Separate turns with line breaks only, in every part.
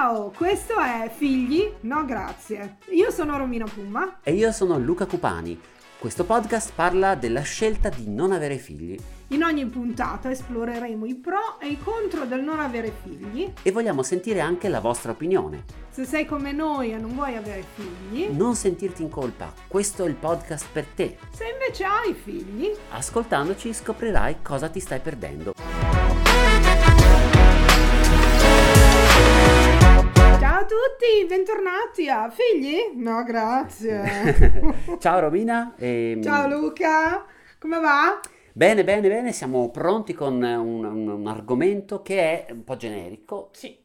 Ciao, questo è Figli? No grazie. Io sono Romina Puma.
E io sono Luca Cupani. Questo podcast parla della scelta di non avere figli.
In ogni puntata esploreremo i pro e i contro del non avere figli.
E vogliamo sentire anche la vostra opinione.
Se sei come noi e non vuoi avere figli,
non sentirti in colpa, questo è il podcast per te.
Se invece hai figli,
ascoltandoci scoprirai cosa ti stai perdendo.
Ciao a tutti, bentornati a Figli? No, grazie.
Ciao Romina.
Ciao Luca, come va?
Bene, siamo pronti con un argomento che è un po' generico.
Sì.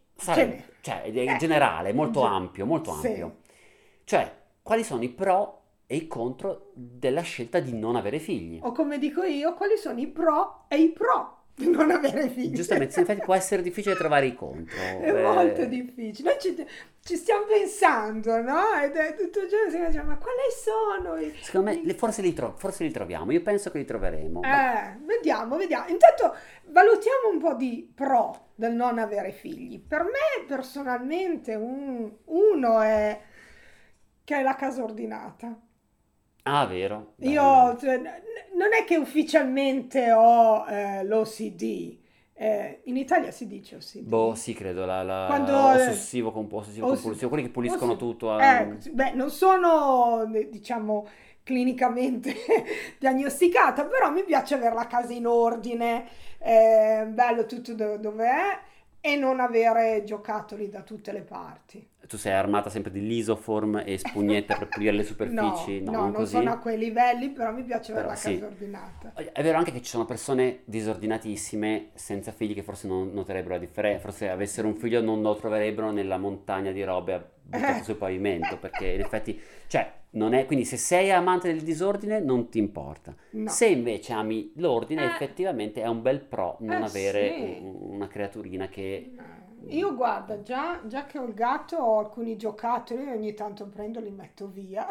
È generale, molto ampio.
Sì.
Cioè, quali sono i pro e i contro della scelta di non avere figli?
O come dico io, quali sono i pro e i pro di non avere figli?
Giustamente, infatti può essere difficile trovare i contro.
È molto difficile. Noi ci stiamo pensando, no? Ed è tutto il giorno si dice, ma quali sono i...
Secondo me forse li troviamo, io penso che li troveremo.
Vediamo. Intanto valutiamo un po' di pro del non avere figli. Per me personalmente uno è che è la casa ordinata.
Ah, vero.
Io non è che ufficialmente ho l'OCD. In Italia si dice OCD.
Boh, sì, credo,
Quando,
ossessivo compulsivo, quelli che puliscono tutto.
Non sono, diciamo, clinicamente diagnosticata, però mi piace avere la casa in ordine, bello tutto dove è, e non avere giocattoli da tutte le parti.
Tu sei armata sempre di lisoform e spugnetta per pulire le superfici?
No, non
così.
sono a quei livelli, però mi piace avere la casa ordinata.
È vero anche che ci sono persone disordinatissime senza figli che forse non noterebbero la differenza, forse avessero un figlio non lo troverebbero nella montagna di robe buttate sul pavimento, perché in effetti, non è, quindi se sei amante del disordine non ti importa.
No.
Se invece ami l'ordine, effettivamente è un bel pro non avere
sì.
una creaturina che...
Io guarda, già che ho il gatto ho alcuni giocattoli, ogni tanto prendo e li metto via.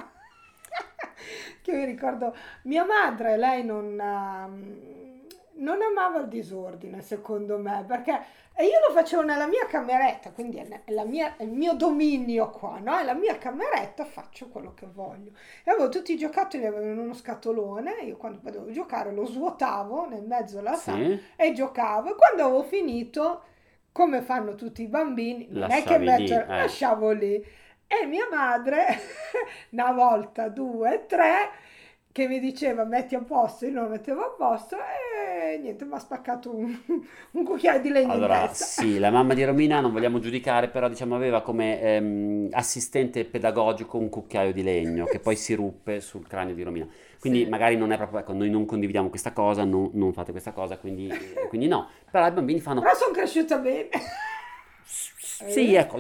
Che mi ricordo, mia madre, lei non amava il disordine, secondo me, perché io lo facevo nella mia cameretta, quindi è il mio dominio qua, no? È la mia cameretta, faccio quello che voglio. E avevo tutti i giocattoli, avevo in uno scatolone, io quando potevo giocare lo svuotavo nel mezzo della sala e giocavo, e quando avevo finito, come fanno tutti i bambini, lasciavo lì. E mia madre, una volta, 2, 3, che mi diceva metti a posto, io non lo mettevo a posto e niente, mi ha spaccato un cucchiaio di legno in testa.
Sì, la mamma di Romina, non vogliamo giudicare, però diciamo aveva come assistente pedagogico un cucchiaio di legno che poi si ruppe sul cranio di Romina. Quindi magari non è proprio, noi non condividiamo questa cosa, non fate questa cosa, quindi no. Però i bambini fanno...
Però sono cresciuta bene.
Sì, ecco,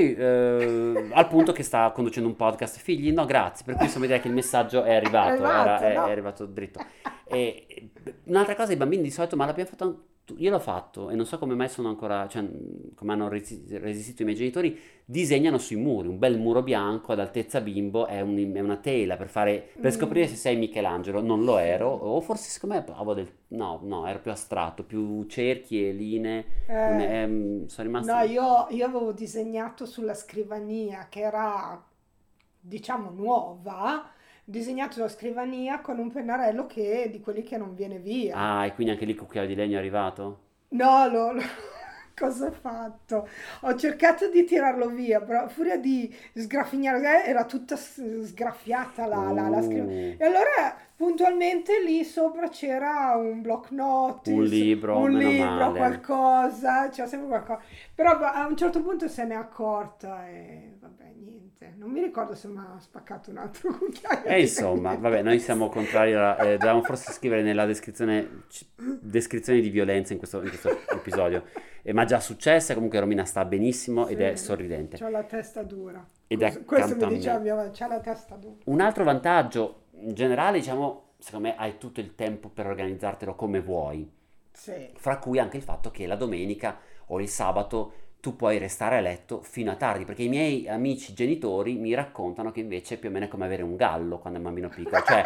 al punto che sta conducendo un podcast, figli, no grazie, per cui insomma direi che il messaggio è arrivato, è arrivato dritto. E un'altra cosa, i bambini di solito, ma l'abbiamo fatto, io l'ho fatto e non so come mai sono ancora, come hanno resistito i miei genitori, disegnano sui muri, un bel muro bianco ad altezza bimbo, è una tela per scoprire se sei Michelangelo, non lo ero, o forse secondo me no, ero più astratto, più cerchi e linee, sono rimasto...
No, io avevo disegnato sulla scrivania, che era, diciamo, nuova, disegnato sulla scrivania con un pennarello di quelli che non viene via.
Ah, e quindi anche lì il cucchiaio di legno è arrivato?
No, cosa ho fatto? Ho cercato di tirarlo via, però a furia di sgraffignare, era tutta sgraffiata la scrivania. E allora puntualmente lì sopra c'era un block notice,
un libro,
qualcosa, c'era sempre qualcosa. Però a un certo punto se n'è accorta e vabbè, niente. Non mi ricordo se mi ha spaccato un altro cucchiaio.
E insomma, vabbè, noi siamo contrari, dovevamo forse scrivere nella descrizione di violenza in questo episodio. Ma già successa, comunque Romina sta benissimo ed è sorridente.
C'ha la testa dura.
Questo
mi diceva mia madre, c'ha la testa dura.
Un altro vantaggio, in generale, diciamo, secondo me hai tutto il tempo per organizzartelo come vuoi.
Sì.
Fra cui anche il fatto che la domenica o il sabato tu puoi restare a letto fino a tardi, perché i miei amici genitori mi raccontano che invece più o meno è come avere un gallo quando è un bambino piccolo, cioè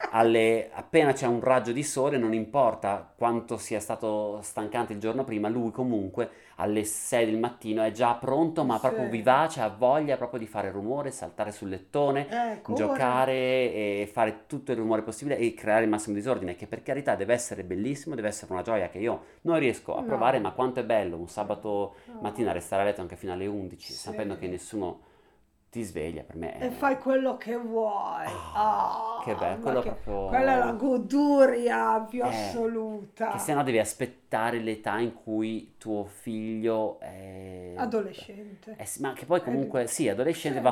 appena c'è un raggio di sole, non importa quanto sia stato stancante il giorno prima, lui comunque alle 6 del mattino è già pronto, ma
Sì.
proprio vivace, ha voglia proprio di fare rumore, saltare sul lettone,
Corre.
giocare e fare tutto il rumore possibile e creare il massimo disordine, che per carità deve essere bellissimo, deve essere una gioia che io non riesco a provare, ma
No,
quanto è bello un sabato mattina
no,
restare a letto anche fino alle 11, sapendo che
sì.
nessuno ti sveglia, per me
E
è...
fai quello che vuoi.
Che bello,
Ma
quello
che quella è la
proprio...
goduria più
Che se no
assoluta.
devi aspettare l'età in cui tuo figlio è...
Adolescente.
sì, ma che poi
Ed-
comunque sì,
Sì.
adolescente,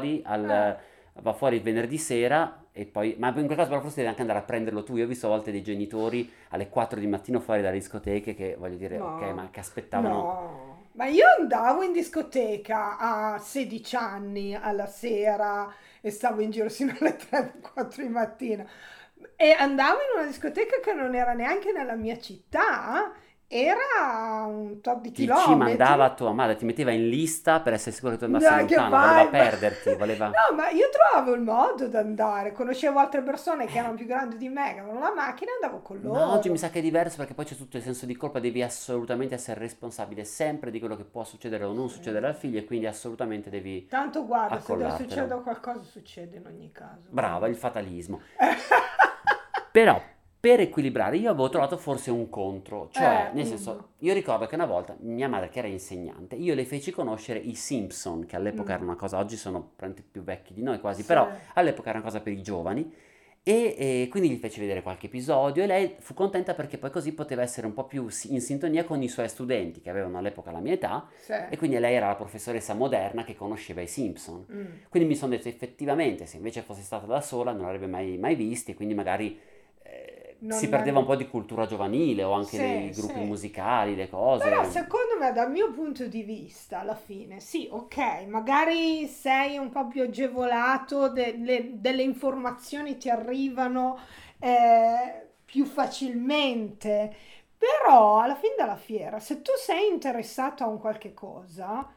va fuori il venerdì sera e poi... Ma in quel caso però forse devi anche andare a prenderlo tu. Io ho visto a volte dei genitori alle 4 di mattino fuori dalle discoteche che voglio dire, ok, ma
No,
che aspettavano...
no. Ma io andavo in discoteca a 16 anni alla sera e stavo in giro sino alle 3-4 di mattina. E andavo in una discoteca che non era neanche nella mia città, era un tot di
Ti
chilometri.
mandava tua madre, ti metteva in lista per essere sicuro che tu andassi
Dai, che
lontano, voleva
vai!
perderti, voleva...
No, ma io trovavo il modo di andare. Conoscevo altre persone che erano più grandi di me, che avevano la macchina e andavo con
Ma oggi mi
loro.
sa che è diverso perché poi c'è tutto il senso di colpa, devi assolutamente essere responsabile sempre di quello che può succedere o non
Sì.
succedere al figlio e quindi assolutamente devi
Tanto guarda, se deve
accollartelo.
succedere qualcosa, succede in ogni caso.
Brava, il
Quindi.
fatalismo. Però per equilibrare io avevo trovato forse un contro, cioè nel
Uno.
senso io ricordo che una volta mia madre che era insegnante, io le feci conoscere i Simpson, che all'epoca era
Mm.
una cosa, oggi sono praticamente più vecchi di noi quasi,
Sì.
però all'epoca era una cosa per i giovani e quindi gli feci vedere qualche episodio e lei fu contenta perché poi così poteva essere un po' più in sintonia con i suoi studenti che avevano all'epoca la mia età
Sì.
e quindi lei era la professoressa moderna che conosceva i Simpson.
Mm.
Quindi mi sono detto effettivamente se invece fosse stata da sola non l'avrebbe mai visti e quindi magari si
Non,
perdeva un po' di cultura giovanile o anche
sì,
dei gruppi
sì.
musicali, le
Però
cose.
secondo me, dal mio punto di vista, alla fine, sì, ok, magari sei un po' più agevolato, delle informazioni ti arrivano più facilmente, però alla fine della fiera, se tu sei interessato a un qualche cosa,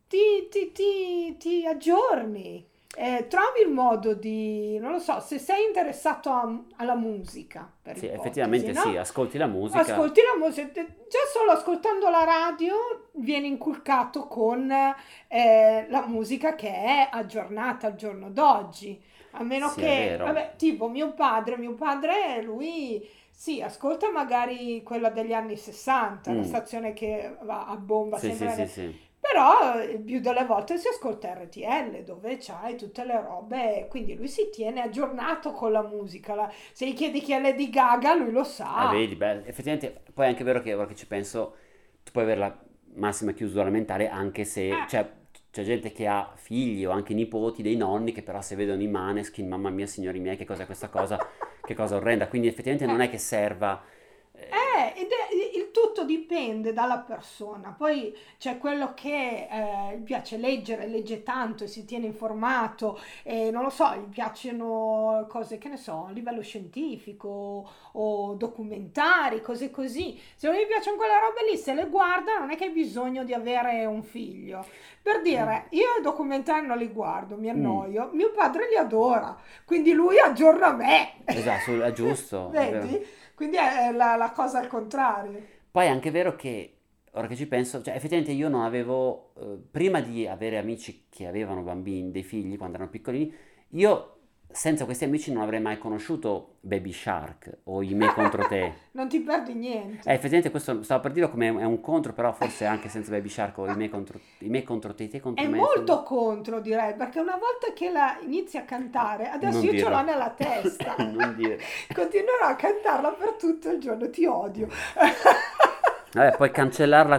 ti aggiorni. Trovi il modo di, non lo so, se sei interessato alla musica, per
Sì,
ipotesi,
effettivamente sì,
no?
ascolti la musica.
Ascolti la musica, già solo ascoltando la radio viene inculcato con la musica che è aggiornata al giorno d'oggi. A meno
Sì, è
che,
vero.
vabbè, tipo mio padre, lui sì, ascolta magari quella degli anni 60, la
Mm,
stazione che va a bomba
sì, sì, sì,
sempre.
sì.
Però più delle volte si ascolta RTL dove c'hai tutte le robe, quindi lui si tiene aggiornato con la musica. Se gli chiedi chi è Lady Gaga, lui lo sa.
Vedi, beh, effettivamente, poi è anche vero che ora che ci penso, tu puoi avere la massima chiusura mentale anche se,
Eh,
cioè, c'è gente che ha figli o anche nipoti, dei nonni che però se vedono i Maneskin, mamma mia, signori miei, che cos'è questa cosa, che cosa orrenda, quindi effettivamente non
eh.
è che serva,
Ed è, il tutto dipende dalla persona. Poi c'è quello che gli piace leggere, legge tanto e si tiene informato, e non lo so, gli piacciono cose che ne so, a livello scientifico o documentari, cose così. Se non gli piacciono quelle robe lì, se le guarda, non è che hai bisogno di avere un figlio. Per
eh,
dire, io i documentari non li guardo, mi
mm,
annoio, mio padre li adora, quindi lui aggiorna me.
esatto, è giusto, è vero.
Vedi? Quindi è la cosa al contrario.
Poi è anche vero che, ora che ci penso, cioè effettivamente io non avevo, prima di avere amici che avevano bambini, dei figli quando erano piccolini, io senza questi amici non avrei mai conosciuto Baby Shark o I me contro te.
Non ti perdi niente.
Effettivamente questo stavo per dire come è un contro, però forse anche senza Baby Shark o I me contro te
È
contro me, insomma.
molto contro, direi, perché una volta che la inizi a cantare, adesso
Non
io ce l'ho
dirlo,
nella testa.
non dire.
Continuerò a cantarla per tutto il giorno, ti odio.
Vabbè, puoi cancellarla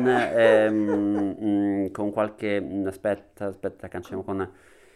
con qualche... aspetta, cancelliamo con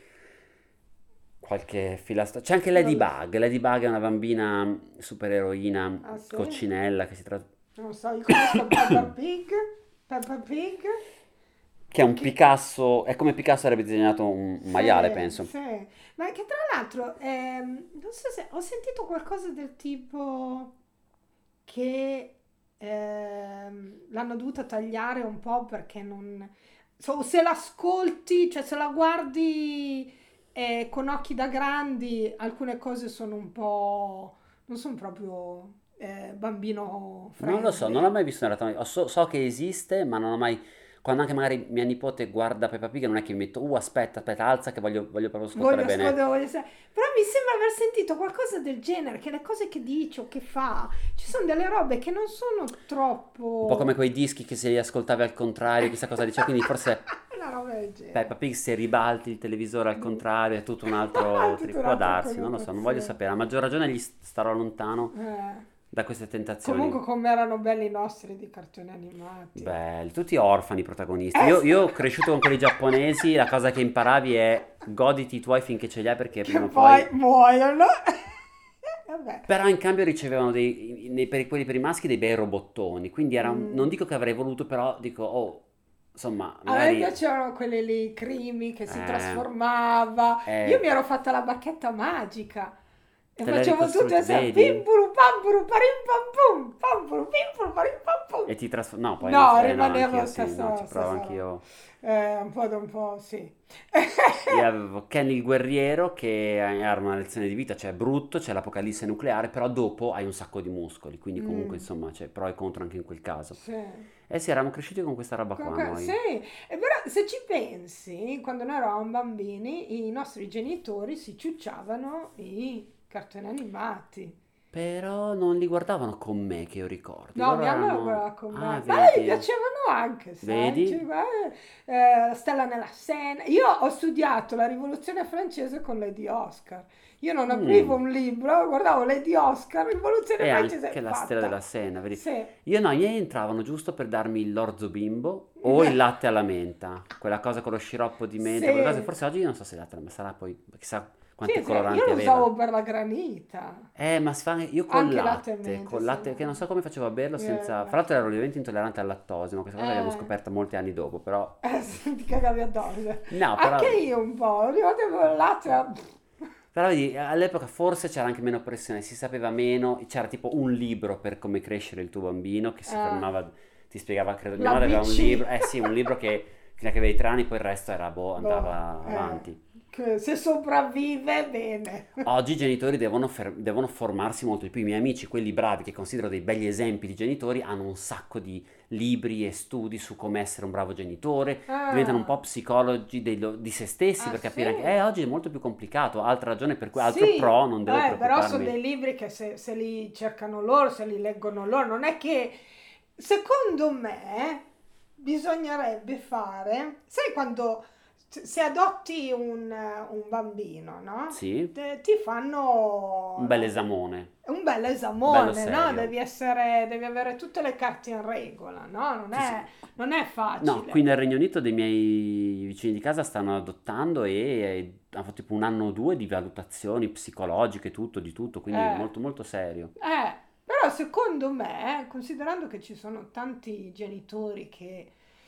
qualche filastrocco. C'è anche
Non lo so.
Ladybug. Ladybug è una bambina supereroina,
Ah sì?
coccinella, che si tratta...
Non so, io conosco Peppa Pig. Peppa Pig.
Che è un
Che,
Picasso, è come Picasso avrebbe disegnato un maiale,
sì,
penso.
sì. Ma che tra l'altro, non so se ho sentito qualcosa del tipo che l'hanno dovuta tagliare un po' perché non... se l'ascolti, cioè se la guardi e con occhi da grandi alcune cose sono un po', non sono proprio bambino
Non lo so, non
friendly.
l'ho mai visto nella so che esiste, ma non ho mai... Quando anche magari mia nipote guarda Peppa Pig, non è che mi metto, aspetta, alza che voglio proprio ascoltare
Voglio
bene.
ascoltare, però mi sembra aver sentito qualcosa del genere, che le cose che dice o che fa, ci sono delle robe che non sono
Un po' come
troppo...
quei dischi che se li ascoltavi al contrario, chissà cosa diceva, quindi forse
Una roba del
Peppa
genere.
Pig se ribalti il televisore al contrario è tutto un altro
Tutta
trip, può
un'altra
darsi, non lo so, non voglio
connotazione.
sapere, a maggior ragione gli starò lontano
Eh.
da queste tentazioni.
Comunque come erano belli i nostri di cartoni animati.
Belli, tutti orfani i protagonisti.
Eh,
Io ho cresciuto con quelli giapponesi, la cosa che imparavi è goditi i tuoi finché ce li hai perché
che
prima o
poi
poi...
muoiono. Vabbè.
Però in cambio ricevevano quelli per i maschi dei bei robottoni, quindi non
Mm.
dico che avrei voluto, però dico, oh, insomma,
A me
magari...
piacevano quelle lì, Crimi che si
Eh,
trasformava. Io mi
eh,
ero fatta la bacchetta magica e
te l'hai
facevo tutto
ricostruito,
insieme.
vedi?
Pimpuru pampuru parim pam pum, pampuru pimpuru parim pam pum.
E ti trasformi... No, poi non...
No,
no,
rimaneva
anch'io
la
sì, no,
stessa,
ci provo
stessa roba.
anch'io.
Un po', sì.
Io avevo Kenny il guerriero che era una lezione di vita, cioè è brutto, c'è l'apocalisse nucleare, però dopo hai un sacco di muscoli, quindi comunque
Mm,
insomma c'è pro e contro anche in quel caso.
sì.
Eh sì, eravamo cresciuti con questa roba qua
Sì,
noi.
e però se ci pensi, quando noi eravamo bambini, i nostri genitori si ciucciavano i cartoni animati.
Però non li guardavano con me che io ricordi,
No,
loro
mia mamma lo
erano...
guardava con
Ah,
me, ma a lei gli
vedi?
piacevano anche, sai?
Vedi?
Stella nella Senna. Io ho studiato la rivoluzione francese con Lady Oscar. Io non aprivo
Mm.
un libro, guardavo Lady Oscar, rivoluzione
E
francese
anche la stella
fatta.
della Senna, vedi?
Sì.
Io no, i miei entravano giusto per darmi l'orzo bimbo o il latte alla menta, quella cosa con lo sciroppo di menta, quelle cose.
Sì.
Forse oggi non so se il latte, ma sarà poi, chissà
Sì,
quanti
sì, io
coloranti
lo
aveva.
usavo per la granita.
Ma si fa io
Anche latte e mente,
col
sì,
latte, che non
no.
so come facevo a berlo senza... Fra
Eh,
l'altro ero lievemente intollerante al lattosio, ma questa cosa l'abbiamo
eh,
scoperta molti anni dopo, però...
ti cagavi addosso.
No,
Anche
però...
io un po', ogni volta che avevo il latte...
Però vedi, all'epoca forse c'era anche meno pressione, si sapeva meno, c'era tipo un libro per come crescere il tuo bambino che si
Eh,
fermava, ti spiegava, credo, mia madre aveva un
l'ABC.
libro, eh sì, un libro che fino a che avevi 3 anni, poi il resto era, boh,
Boh,
andava avanti.
che se sopravvive, bene.
Oggi i genitori devono formarsi molto di più. I miei amici, quelli bravi, che considero dei begli esempi di genitori, hanno un sacco di libri e studi su come essere un bravo genitore, diventano un po'
Ah,
psicologi di se stessi
ah
per
sì?
capire che oggi è molto più complicato, altra ragione per cui, altro
Sì,
pro, non devo
però sono
preoccuparmi.
dei libri che se li cercano loro, se li leggono loro, non è che, secondo me, bisognerebbe fare, sai quando se adotti un bambino, no?
Sì,
Ti fanno
un bel esamone,
un bel
bello
esamone, no?
serio.
Devi avere tutte le carte in regola, no?
Sì, sì.
Non è
No, qui
facile.
nel Regno Unito dei miei vicini di casa stanno adottando e hanno fatto tipo un anno o due di valutazioni psicologiche, tutto, di tutto, quindi
Eh,
molto molto serio.
però secondo me, considerando che ci sono tanti genitori che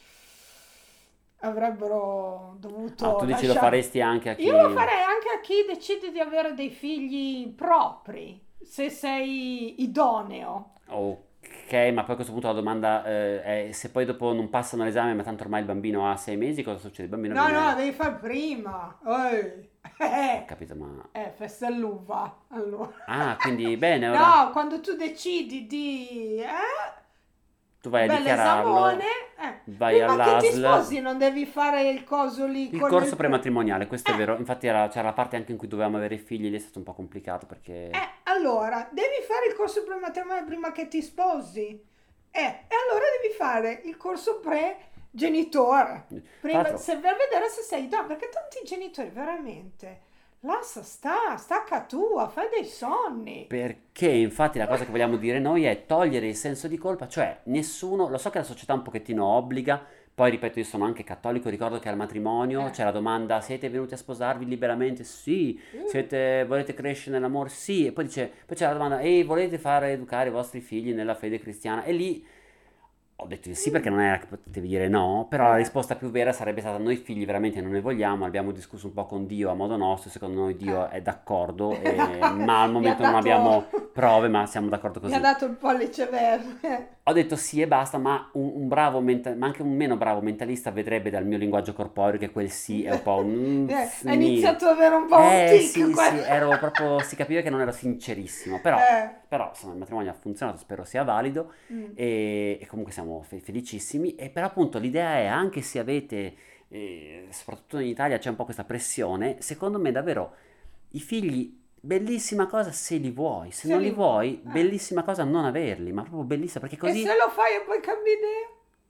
avrebbero
Ah,
dovuto
tu dici lo
lasciare...
faresti anche a chi...
Io lo farei anche a chi decide di avere dei figli propri, se sei idoneo.
Ok, ma poi a questo punto la domanda è se poi dopo non passano l'esame, ma tanto ormai il bambino ha 6 mesi, cosa succede? Il bambino
No, no,
viene...
devi far prima.
Capito, ma...
Festa all'uva, allora.
Ah, quindi bene, ora
No, quando tu decidi di...
tu vai a
bell'esamone,
dichiararlo, vai
prima che ti
all'ASL.
sposi non devi fare il coso lì
Il
con
corso
il...
prematrimoniale, questo è
Eh,
vero, infatti c'era la parte anche in cui dovevamo avere figli, lì è stato un po' complicato perché...
allora, devi fare il corso prematrimoniale prima che ti sposi. E allora devi fare il corso pre-genitore.
Tra
Prima,
l'altro,
per vedere se sei idoneo, perché tanti genitori veramente... Lascia stacca tua, fai dei sonni.
perché infatti la cosa che vogliamo dire noi è togliere il senso di colpa, cioè nessuno, lo so che la società un pochettino obbliga, poi ripeto io sono anche cattolico, ricordo che al matrimonio
Eh.
c'è la domanda siete venuti a sposarvi liberamente? Sì, volete crescere nell'amore? Sì, e poi c'è la domanda e volete fare educare i vostri figli nella fede cristiana? E lì Ho detto di sì perché non era che potevi dire no, però la risposta più vera sarebbe stata: noi figli veramente non ne vogliamo, abbiamo discusso un po' con Dio a modo nostro, secondo noi Dio è d'accordo, ma al
Mi ha
momento non
dato,
abbiamo prove, ma siamo d'accordo
mi ha
così.
dato il pollice verde.
Ho detto sì e basta, ma un bravo ma anche un meno bravo mentalista vedrebbe dal mio linguaggio corporeo che quel sì è un po' un
Ha iniziato ad avere un po' un tic.
sì, ero proprio, si capiva che non ero sincerissimo, però insomma il matrimonio ha funzionato, spero sia valido e comunque siamo felicissimi. E però appunto l'idea è, anche se avete, soprattutto in Italia c'è un po' questa pressione, secondo me davvero i figli, bellissima cosa se li vuoi, se non li vuoi, bellissima cosa non averli, ma proprio bellissima, perché
E
così...
se lo fai e poi cambi idea?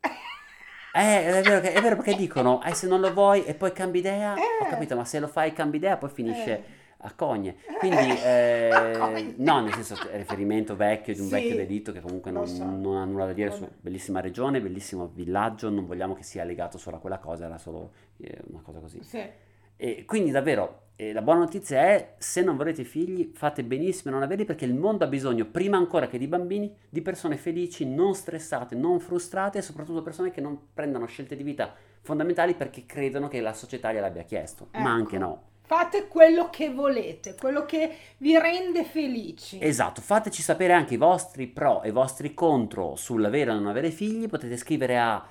È vero perché dicono, se non lo vuoi e poi cambi idea, ho capito, ma se lo fai e cambi idea poi finisce a cogne. Quindi, no, nel senso, riferimento vecchio di un vecchio delitto che comunque
lo so.
non ha nulla da dire su bellissima regione, bellissimo villaggio, non vogliamo che sia legato solo a quella cosa, era solo una cosa così.
Sì.
E quindi davvero, la buona notizia è: se non volete figli, fate benissimo a non averli, perché il mondo ha bisogno, prima ancora che di bambini, di persone felici, non stressate, non frustrate, e soprattutto persone che non prendano scelte di vita fondamentali perché credono che la società gliel'abbia chiesto, ma anche no.
Fate quello che volete, quello che vi rende felici.
Esatto, fateci sapere anche i vostri pro e i vostri contro sull'avere o non avere figli. Potete scrivere a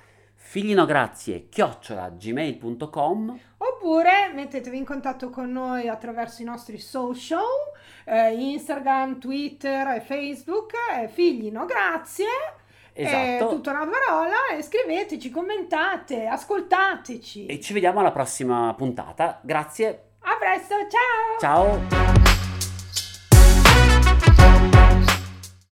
figlinograzie@gmail.com,
oppure mettetevi in contatto con noi attraverso i nostri social, Instagram, Twitter e Facebook, figli no grazie,
esatto,
tutta una parola, e scriveteci, commentate, ascoltateci.
e ci vediamo alla prossima puntata. Grazie,
A presto, ciao!
ciao.